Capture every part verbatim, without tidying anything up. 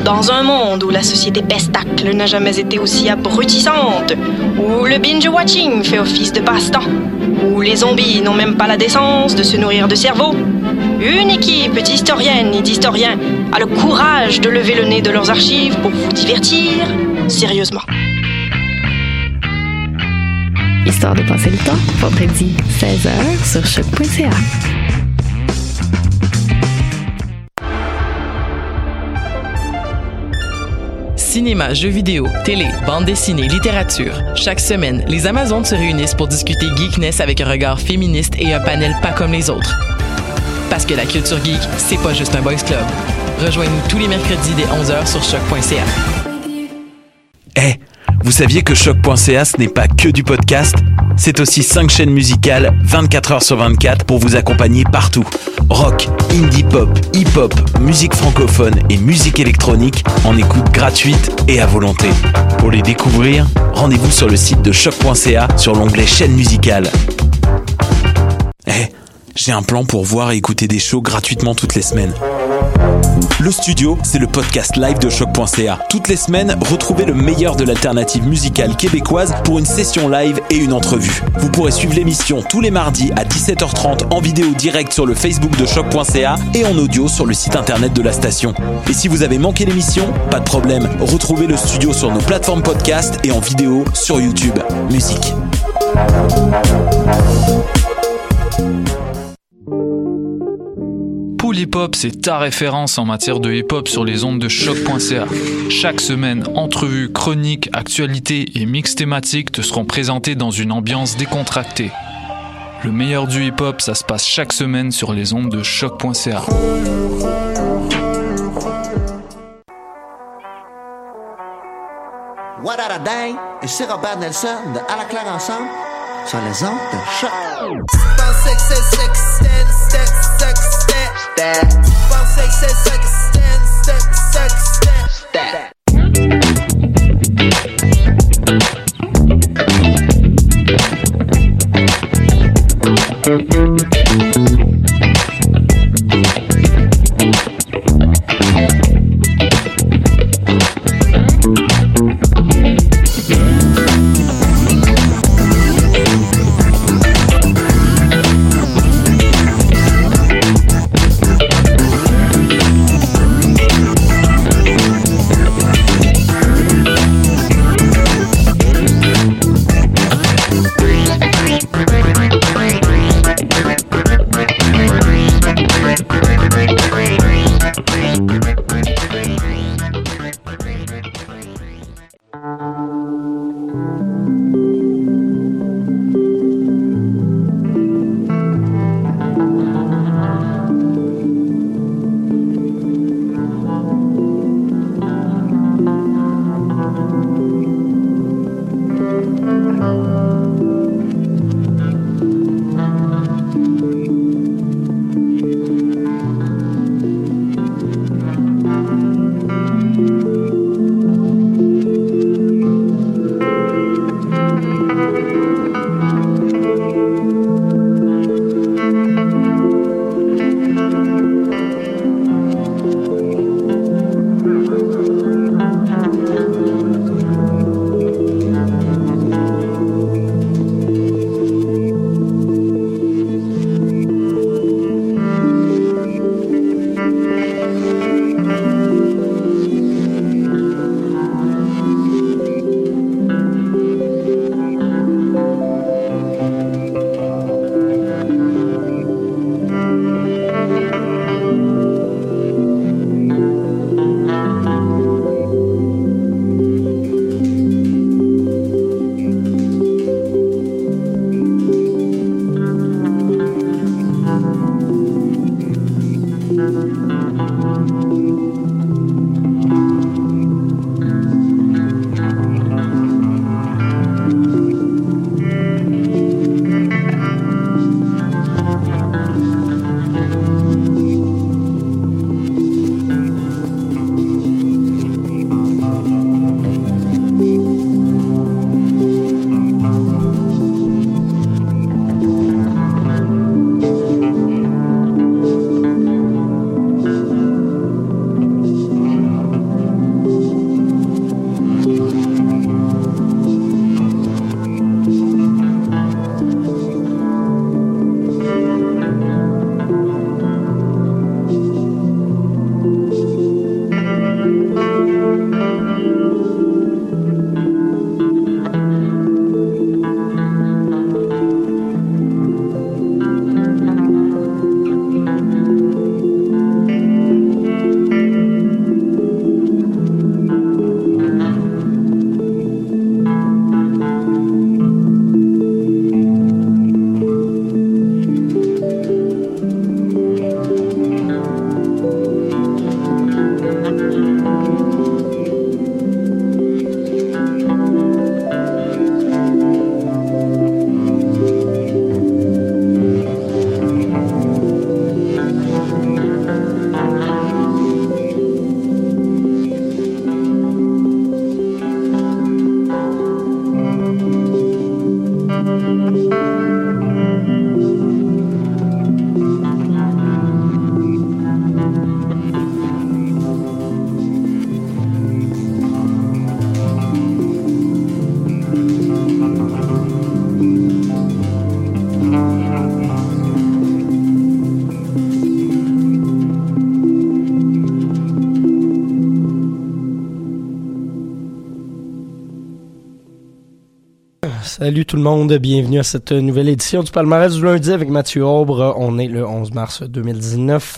Dans un monde où la société pestacle n'a jamais été aussi abrutissante, où le binge-watching fait office de passe-temps, où les zombies n'ont même pas la décence de se nourrir de cerveau, une équipe d'historiennes et d'historiens a le courage de lever le nez de leurs archives pour vous divertir sérieusement. Histoire de passer le temps, vendredi seize heures sur choc point c a. Cinéma, jeux vidéo, télé, bande dessinée, littérature. Chaque semaine, les Amazones se réunissent pour discuter geekness avec un regard féministe et un panel pas comme les autres. Parce que la culture geek, c'est pas juste un boys club. Rejoignez-nous tous les mercredis dès onze heures sur choc point c a. Eh, hey, vous saviez que choc point c a ce n'est pas que du podcast? C'est aussi cinq chaînes musicales vingt-quatre heures sur vingt-quatre pour vous accompagner partout. Rock, indie pop, hip-hop, musique francophone et musique électronique en écoute gratuite et à volonté. Pour les découvrir, rendez-vous sur le site de choc point c a sur l'onglet chaîne musicale. Eh, hey, j'ai un plan pour voir et écouter des shows gratuitement toutes les semaines. Le Studio, c'est le podcast live de choc point c a. Toutes les semaines, retrouvez le meilleur de l'alternative musicale québécoise pour une session live et une entrevue. Vous pourrez suivre l'émission tous les mardis à dix-sept heures trente en vidéo directe sur le Facebook de choc point c a et en audio sur le site internet de la station. Et si vous avez manqué l'émission, pas de problème, retrouvez le Studio sur nos plateformes podcast et en vidéo sur YouTube. Musique. Pool Hip Hop, c'est ta référence en matière de hip-hop sur les ondes de choc point c a. Chaque semaine, entrevues, chroniques, actualités et mix thématiques te seront présentés dans une ambiance décontractée. Le meilleur du hip-hop, ça se passe chaque semaine sur les ondes de choc point c a. What a dang! Ici Robert Nelson de À la claire ensemble sur les ondes de choc. Salut tout le monde, bienvenue à cette nouvelle édition du Palmarès du lundi avec Mathieu Aubre. On est le onze mars deux mille dix-neuf.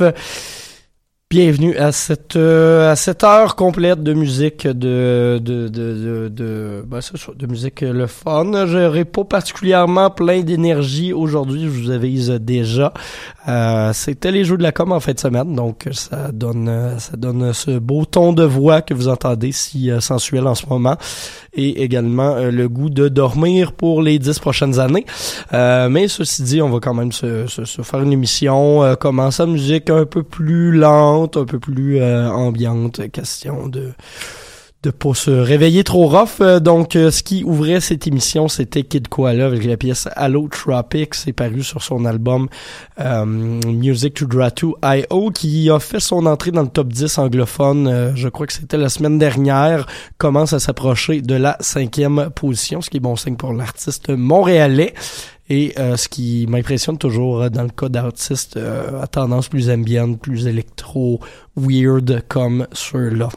Bienvenue à cette euh, à cette heure complète de musique de de de de de, ben, c'est ça, de musique euh, le fun. J'aurai pas particulièrement plein d'énergie aujourd'hui, je vous avise déjà. Euh, c'était les Jeux de la com en fin de semaine, donc ça donne ça donne ce beau ton de voix que vous entendez si euh, sensuel en ce moment, et également euh, le goût de dormir pour les dix prochaines années. Euh, mais ceci dit, on va quand même se, se, se faire une émission, euh, commencer en musique un peu plus lente, un peu plus euh, ambiante, question de de pas se réveiller trop rough. Euh, donc, euh, ce qui ouvrait cette émission, c'était Kid Koala avec la pièce Allotropics. C'est paru sur son album euh, Music to Draw to I O, qui a fait son entrée dans le top dix anglophone. Euh, je crois que c'était la semaine dernière. Commence à s'approcher de la cinquième position, ce qui est bon signe pour l'artiste montréalais. Et euh, ce qui m'impressionne toujours euh, dans le cas d'artistes euh, à tendance plus ambiante, plus électro, weird comme ceux-là.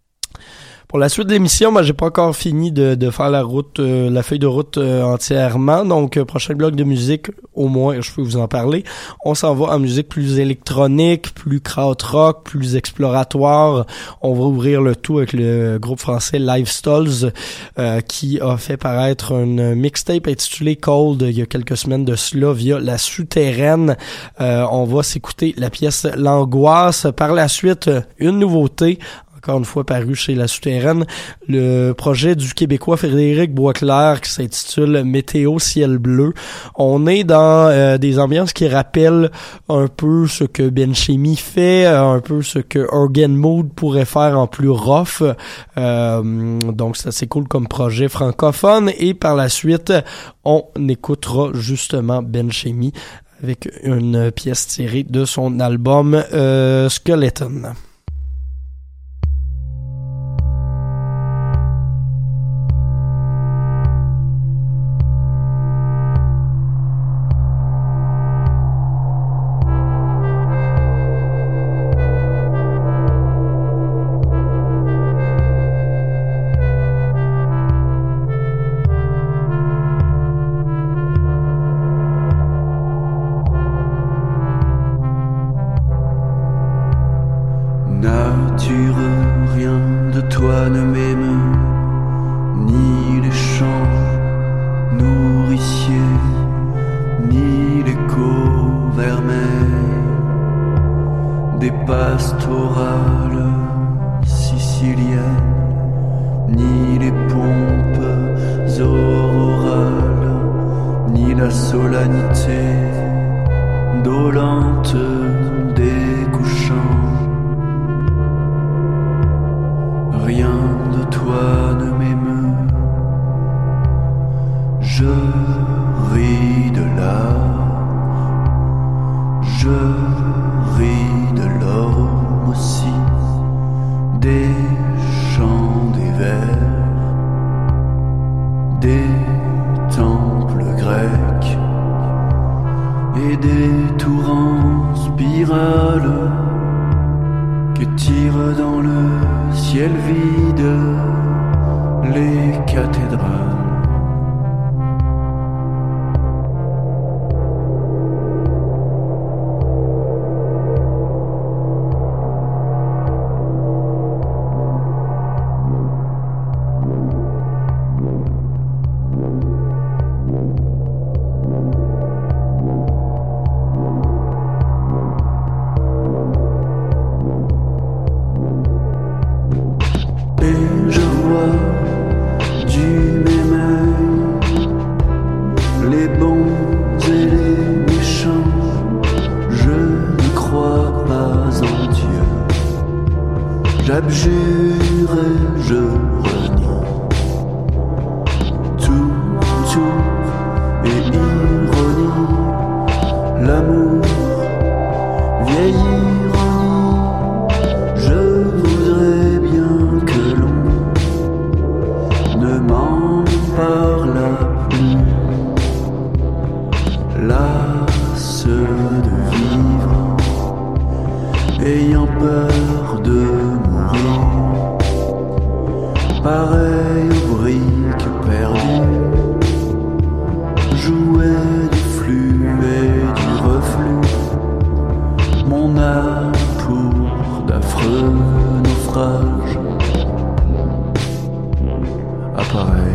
Pour la suite de l'émission, moi, j'ai pas encore fini de, de faire la route, euh, la feuille de route euh, entièrement. Donc, euh, prochain bloc de musique, au moins, je peux vous en parler. On s'en va en musique plus électronique, plus krautrock, plus exploratoire. On va ouvrir le tout avec le groupe français Live Stalls, euh, qui a fait paraître une mixtape intitulée Cold il y a quelques semaines de cela via La Souterraine. Euh, on va s'écouter la pièce L'Angoisse. Par la suite, une nouveauté, encore une fois paru chez La Souterraine, le projet du Québécois Frédéric Boisclair qui s'intitule Météo Ciel Bleu. On est dans euh, des ambiances qui rappellent un peu ce que Benchemi fait, un peu ce que Organ Mood pourrait faire en plus rough. Euh, donc c'est assez cool comme projet francophone. Et par la suite, on écoutera justement Benchemi avec une pièce tirée de son album euh, Skeleton. Pareil aux briques perdues appareil.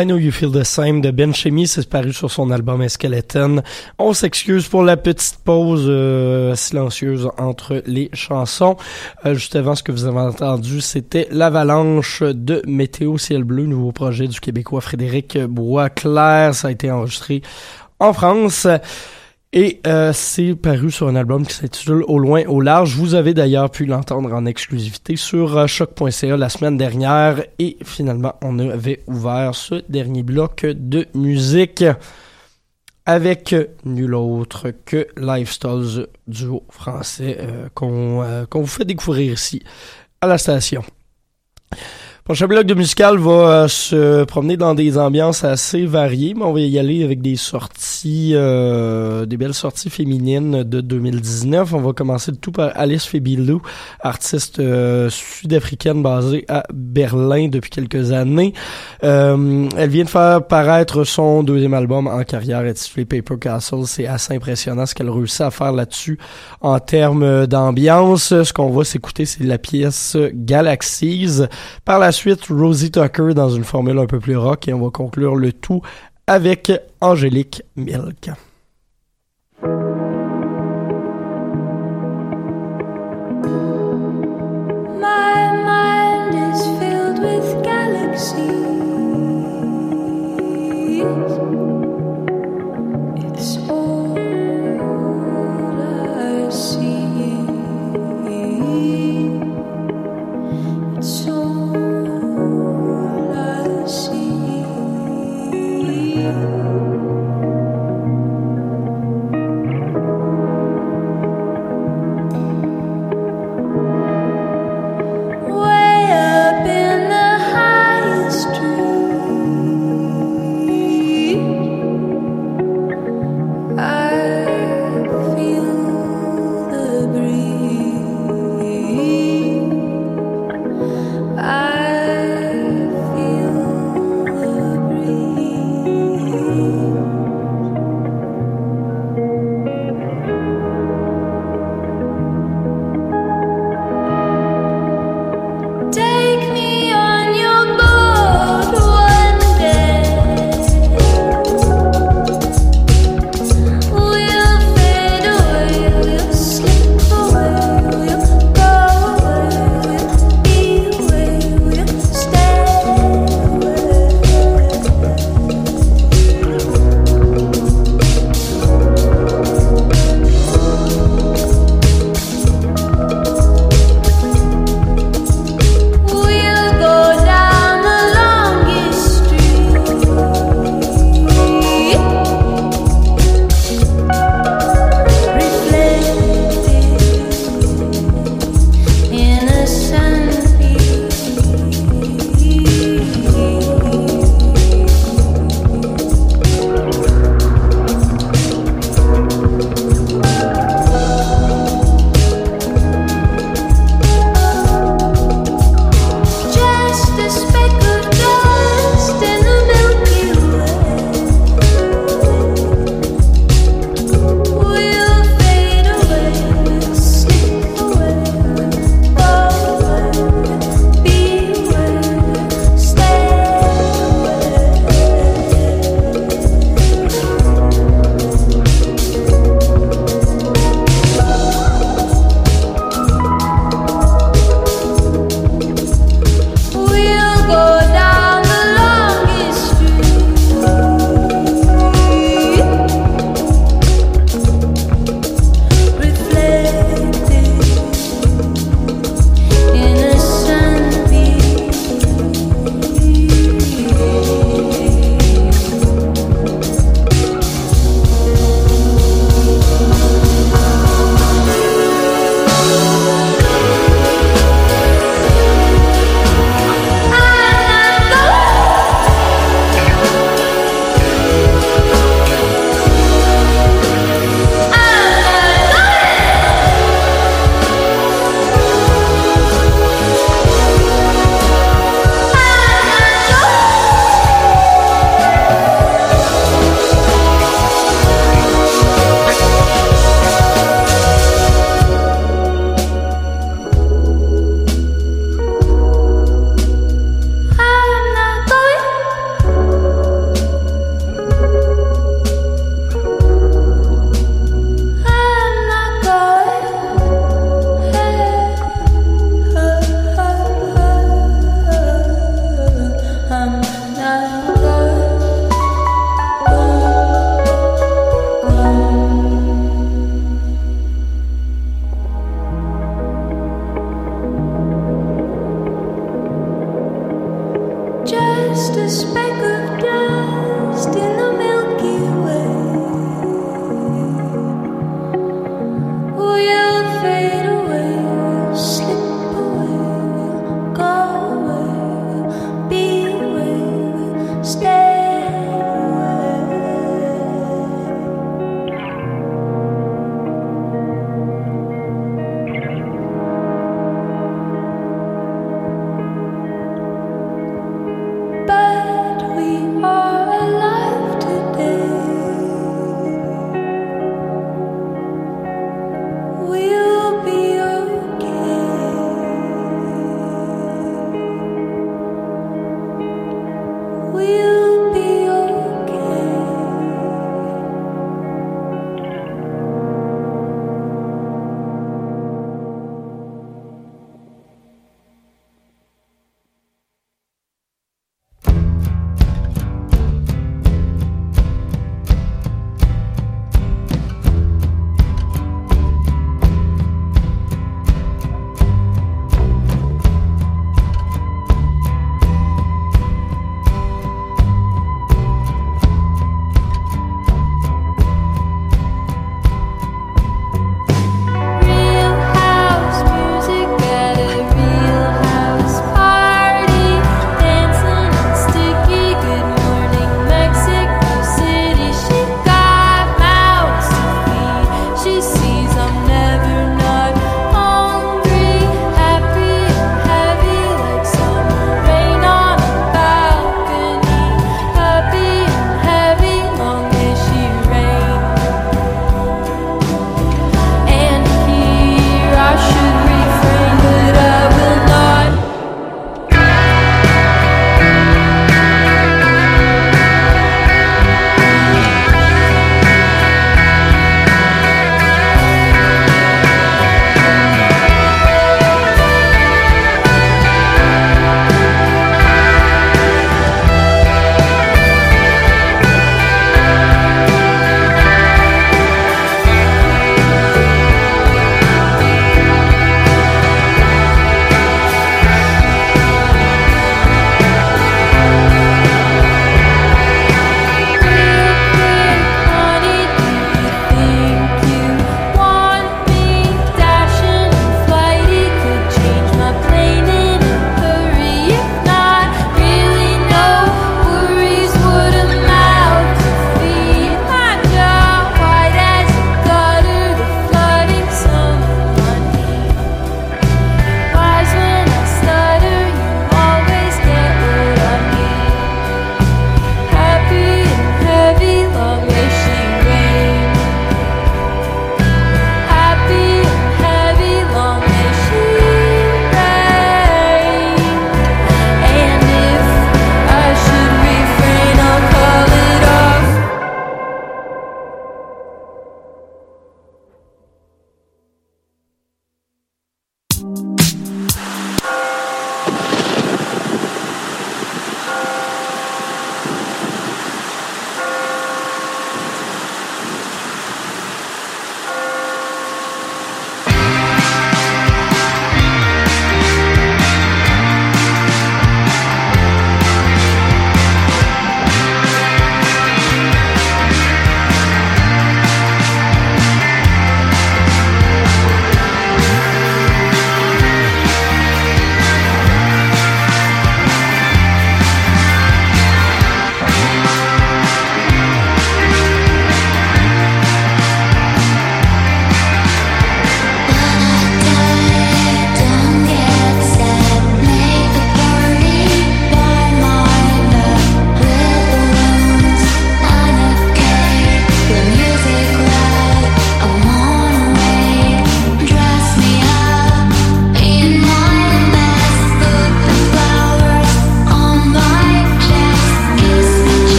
I Know You Feel the Same de Ben Chimmy, c'est paru sur son album Skeleton. On s'excuse pour la petite pause euh, silencieuse entre les chansons. Euh, juste avant, ce que vous avez entendu, c'était L'Avalanche de Météo Ciel Bleu, nouveau projet du Québécois Frédéric Boisclair. Ça a été enregistré en France. Et euh, c'est paru sur un album qui s'intitule Au loin, au large. Vous avez d'ailleurs pu l'entendre en exclusivité sur euh, choc point c a la semaine dernière. Et finalement, on avait ouvert ce dernier bloc de musique avec nul autre que Lifestyles, duo français euh, qu'on, euh, qu'on vous fait découvrir ici à la station. Le prochain bloc de musical va euh, se promener dans des ambiances assez variées, mais on va y aller avec des sorties, euh, des belles sorties féminines de deux mille dix-neuf. On va commencer le tout par Alice Phoebe artiste euh, sud-africaine basée à Berlin depuis quelques années. Euh, elle vient de faire paraître son deuxième album en carrière intitulé Paper Castle. C'est assez impressionnant ce qu'elle réussit à faire là-dessus en termes d'ambiance. Ce qu'on va s'écouter, c'est la pièce Galaxies. Par la suite, Rosie Tucker dans une formule un peu plus rock, et on va conclure le tout avec Angélique Milk. My mind is filled with galaxies. It's all I see. It's all I see. Way up in the highest tree,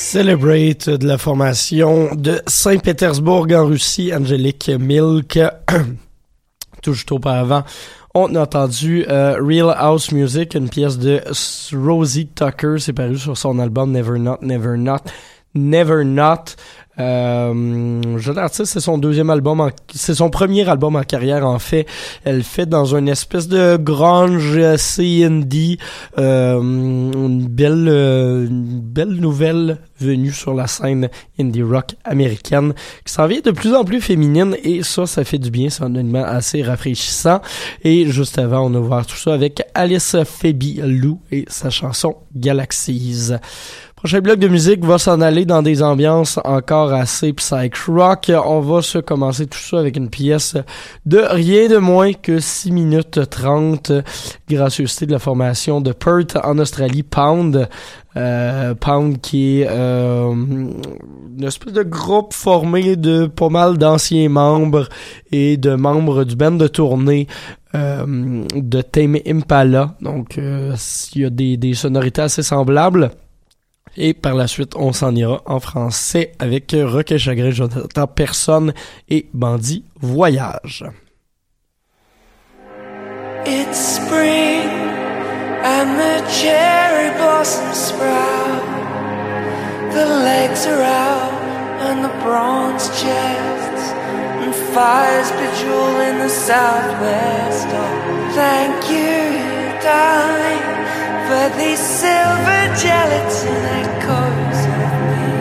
Celebrate de la formation de Saint-Pétersbourg en Russie, Angelic Milk. Tout juste auparavant, on a entendu euh, Real House Music, une pièce de Rosie Tucker. C'est paru sur son album Never Not, Never Not, Never Not. Euh, jeune artiste, c'est son deuxième album, en, c'est son premier album en carrière en fait. Elle fait dans une espèce de grunge assez indie, euh, une belle, euh, une belle nouvelle venue sur la scène indie rock américaine qui s'en vient de plus en plus féminine et ça, ça fait du bien, c'est un élément assez rafraîchissant. Et juste avant, on a ouvert tout ça avec Alice Phoebe Lou et sa chanson Galaxies. Prochain bloc de musique va s'en aller dans des ambiances encore assez psych rock. On va se commencer tout ça avec une pièce de rien de moins que six minutes trente. Gracieuseté de la formation de Perth en Australie, Pound. Euh, Pound qui est euh, une espèce de groupe formé de pas mal d'anciens membres et de membres du band de tournée euh, de Tame Impala. Donc euh, il y a des, des sonorités assez semblables. Et par la suite, on s'en ira en français avec Requin Chagrin, Jonathan Personne et Bandit Voyage. It's spring and the cherry blossoms sprout. The legs are out and the bronze chests and fires bejewel in the southwest. Oh, thank you, darling, for these silver gelatin echoes of me.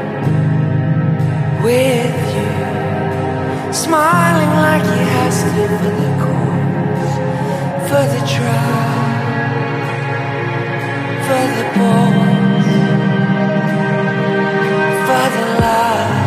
With you, smiling like you asked me for the cause, for the trial, for the pause, for the lie.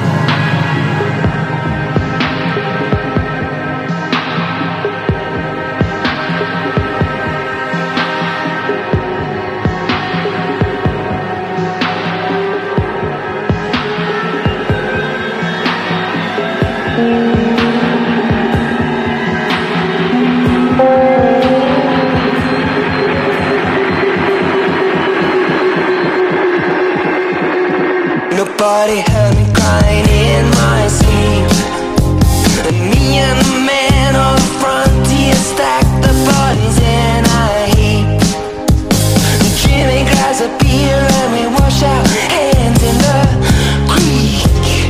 Nobody heard me crying in my sleep. Me and the man on the frontier stack the bodies in a heap. Jimmy grabs a beer and we wash our hands in the creek.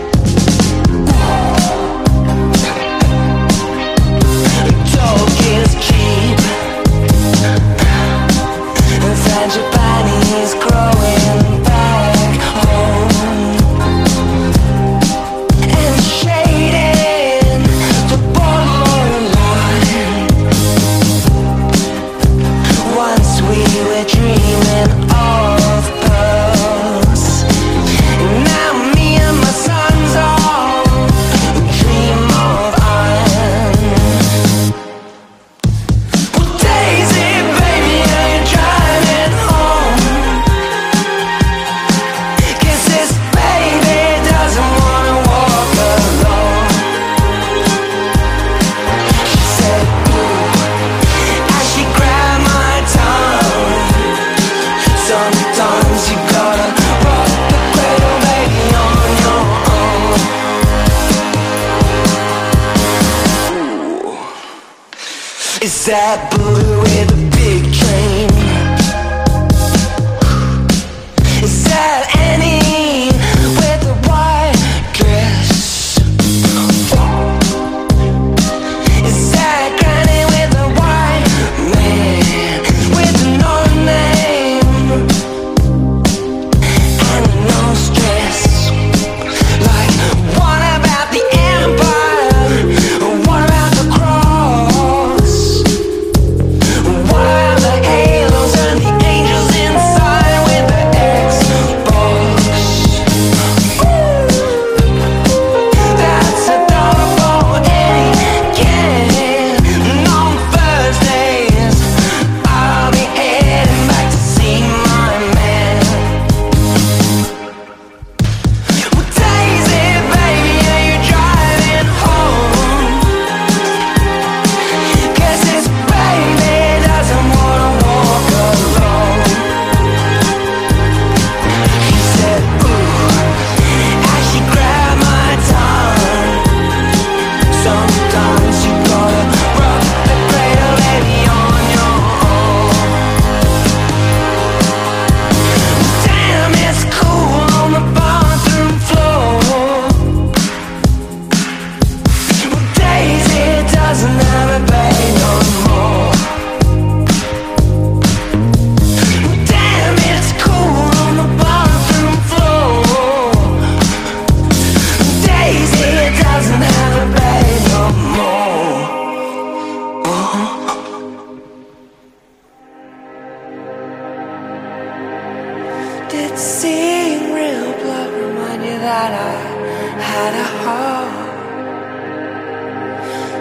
Talk is cheap. Frangipani's growing back home. Is that blue with a big train? Is that Annie with the white dress? Is that Granny with the white man with no name and no stress? Like, what about the empire? What about the cross? What about the hate?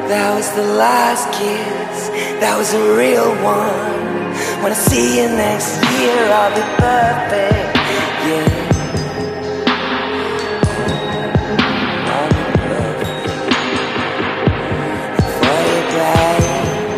That was the last kiss, that was a real one. When I see you next year, I'll be perfect, yeah. I'll be perfect for you, babe.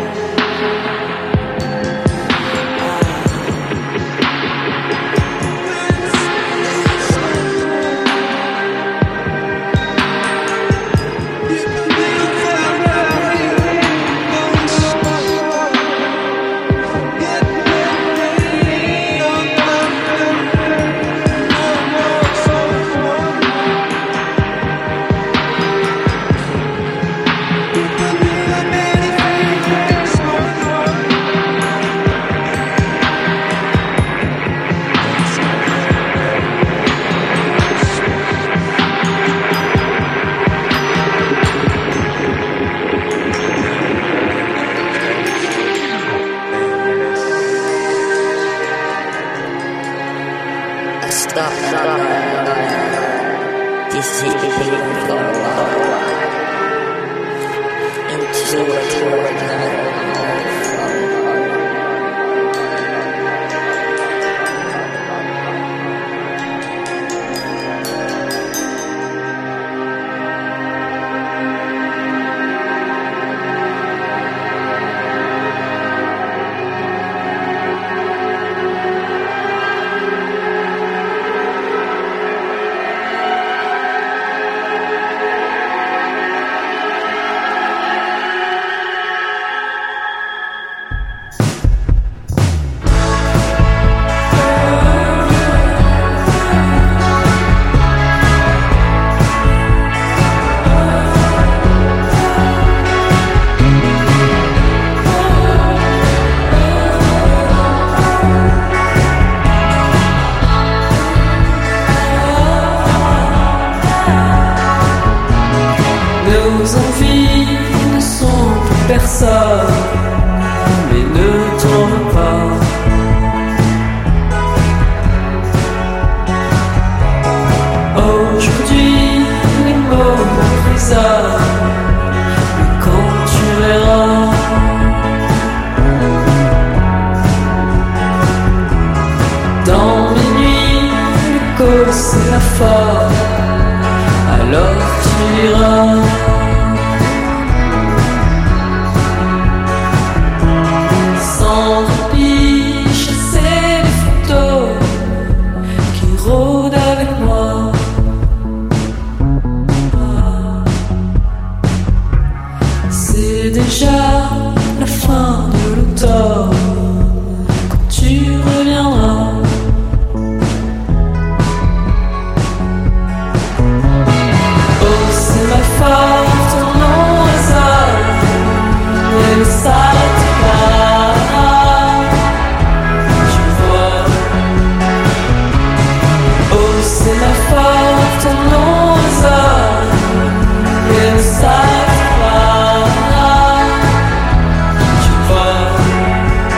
Stop, stop. This is for a while. Into a Nos envies ne sont pour personne, mais ne t'en veux pas. Aujourd'hui, les mots m'emprisonnent, mais quand tu verras dans mes nuits, l'écho c'est la forme, alors tu diras. C'est déjà la fin de l'automne quand tu reviendras. Oh, c'est ma faute, ton nom résonne et ne s'arrête pas. Tu vois. Oh, c'est ma faute, ton nom résonne et ne s'arrête pas.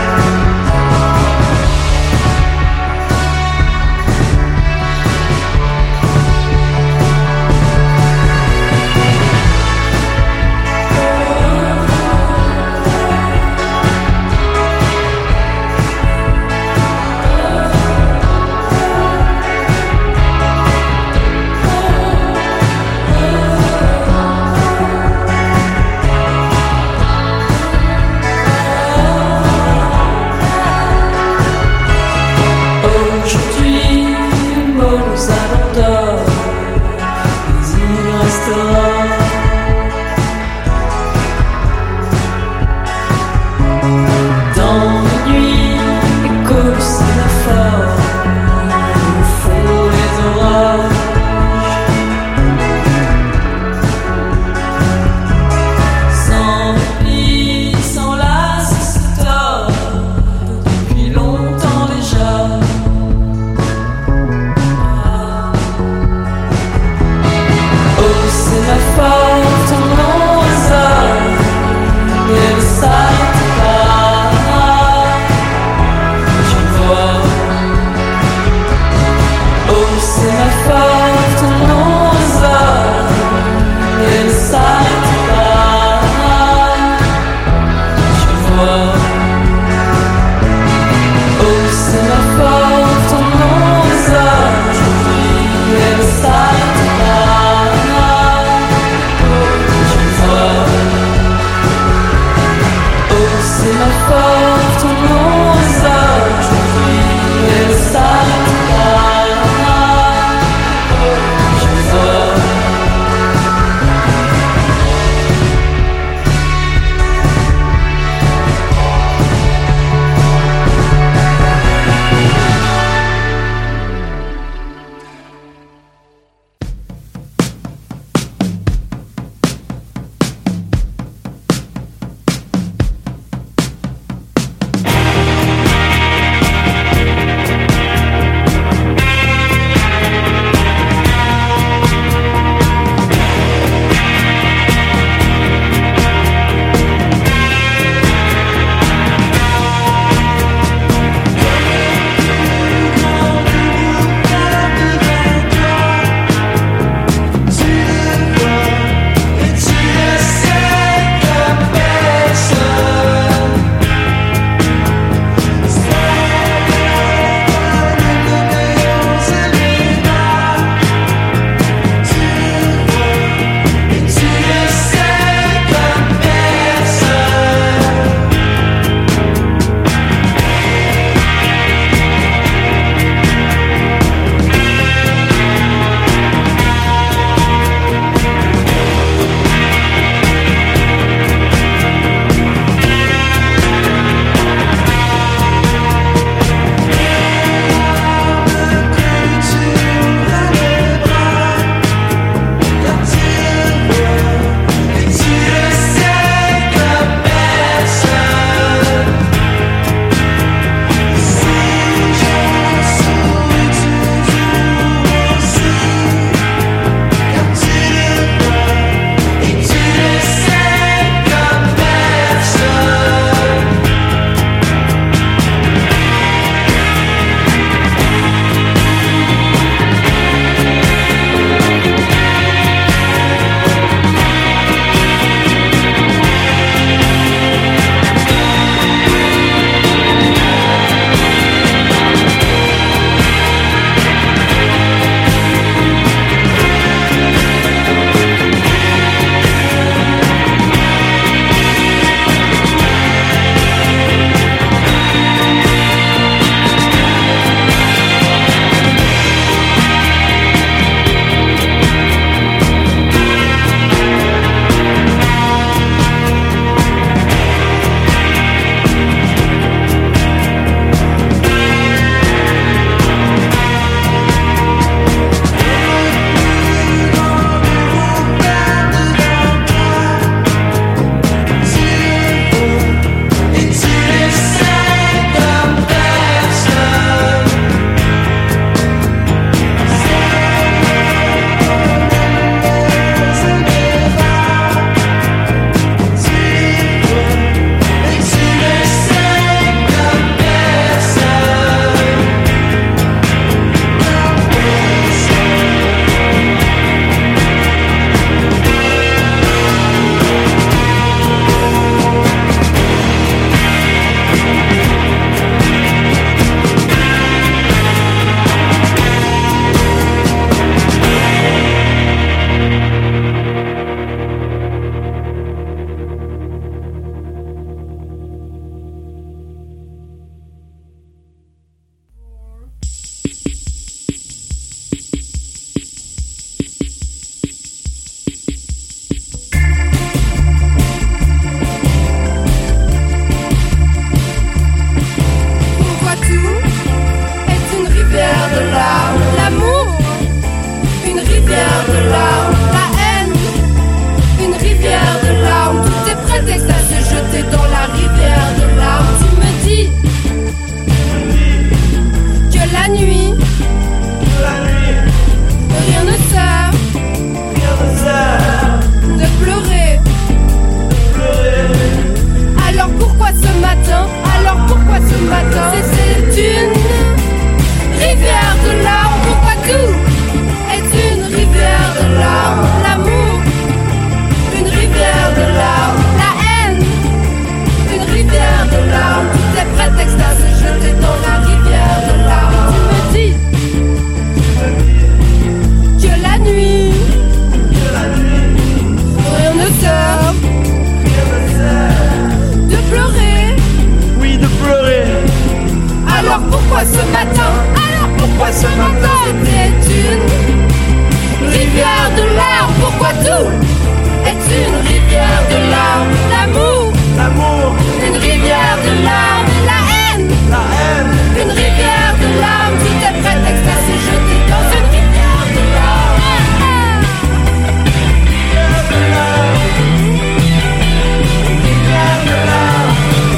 pourquoi ce matin, alors pourquoi ce matin c'était une rivière de larmes, pourquoi tout est une rivière de larmes, l'amour, l'amour, une rivière de larmes, la haine, la haine, une rivière de larmes, tout est prétexte à se jeter dans une rivière de larmes. Rivière de larmes, rivière de larmes,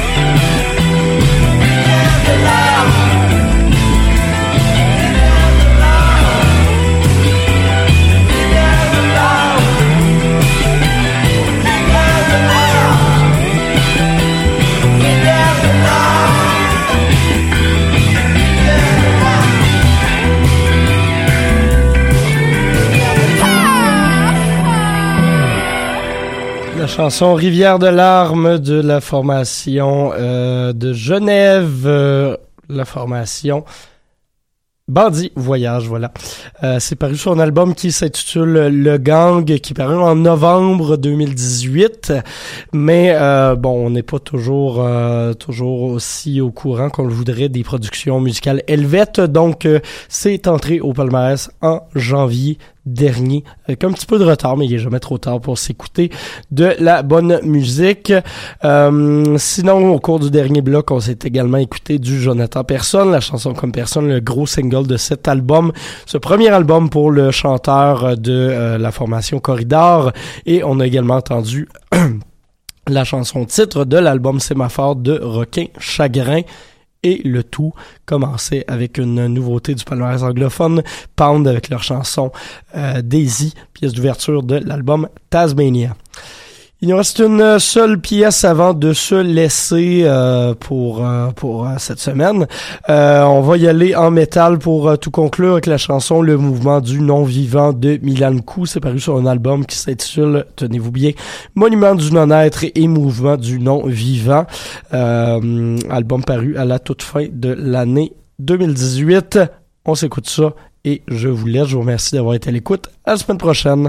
rivière de larmes, rivière de larmes, rivière de larmes, rivière de La chanson Rivière de larmes de la formation euh, de Genève, euh, la formation Bandit Voyage, voilà. Euh, c'est paru sur un album qui s'intitule Le Gang, qui est paru en novembre deux mille dix-huit. Mais euh, bon, on n'est pas toujours euh, toujours aussi au courant qu'on le voudrait des productions musicales helvètes. Donc, euh, c'est entré au palmarès en janvier dernier, avec un petit peu de retard, mais il est jamais trop tard pour s'écouter de la bonne musique. Euh, sinon, au cours du dernier bloc, on s'est également écouté du Jonathan Personne, la chanson Comme Personne, le gros single de cet album, ce premier album pour le chanteur de euh, la formation Corridor, et on a également entendu la chanson titre de l'album Sémaphore de Requin Chagrin. Et le tout commençait avec une nouveauté du palmarès anglophone, Pound, avec leur chanson euh, Daisy, pièce d'ouverture de l'album Tasmania. Il nous reste une seule pièce avant de se laisser euh, pour euh, pour euh, cette semaine. Euh, on va y aller en métal pour euh, tout conclure avec la chanson Le Mouvement du Non-Vivant de Milan Kou. C'est paru sur un album qui s'intitule, tenez-vous bien, Monument du Non-Être et Mouvement du Non-Vivant. Euh, album paru à la toute fin de l'année deux mille dix-huit. On s'écoute ça et je vous laisse. Je vous remercie d'avoir été à l'écoute. À la semaine prochaine.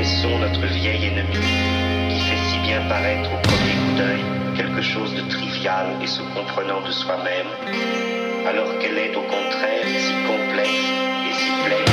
connaissons notre vieil ennemi, qui fait si bien paraître au premier coup d'œil quelque chose de trivial et se comprenant de soi-même, alors qu'elle est au contraire si complexe et si pleine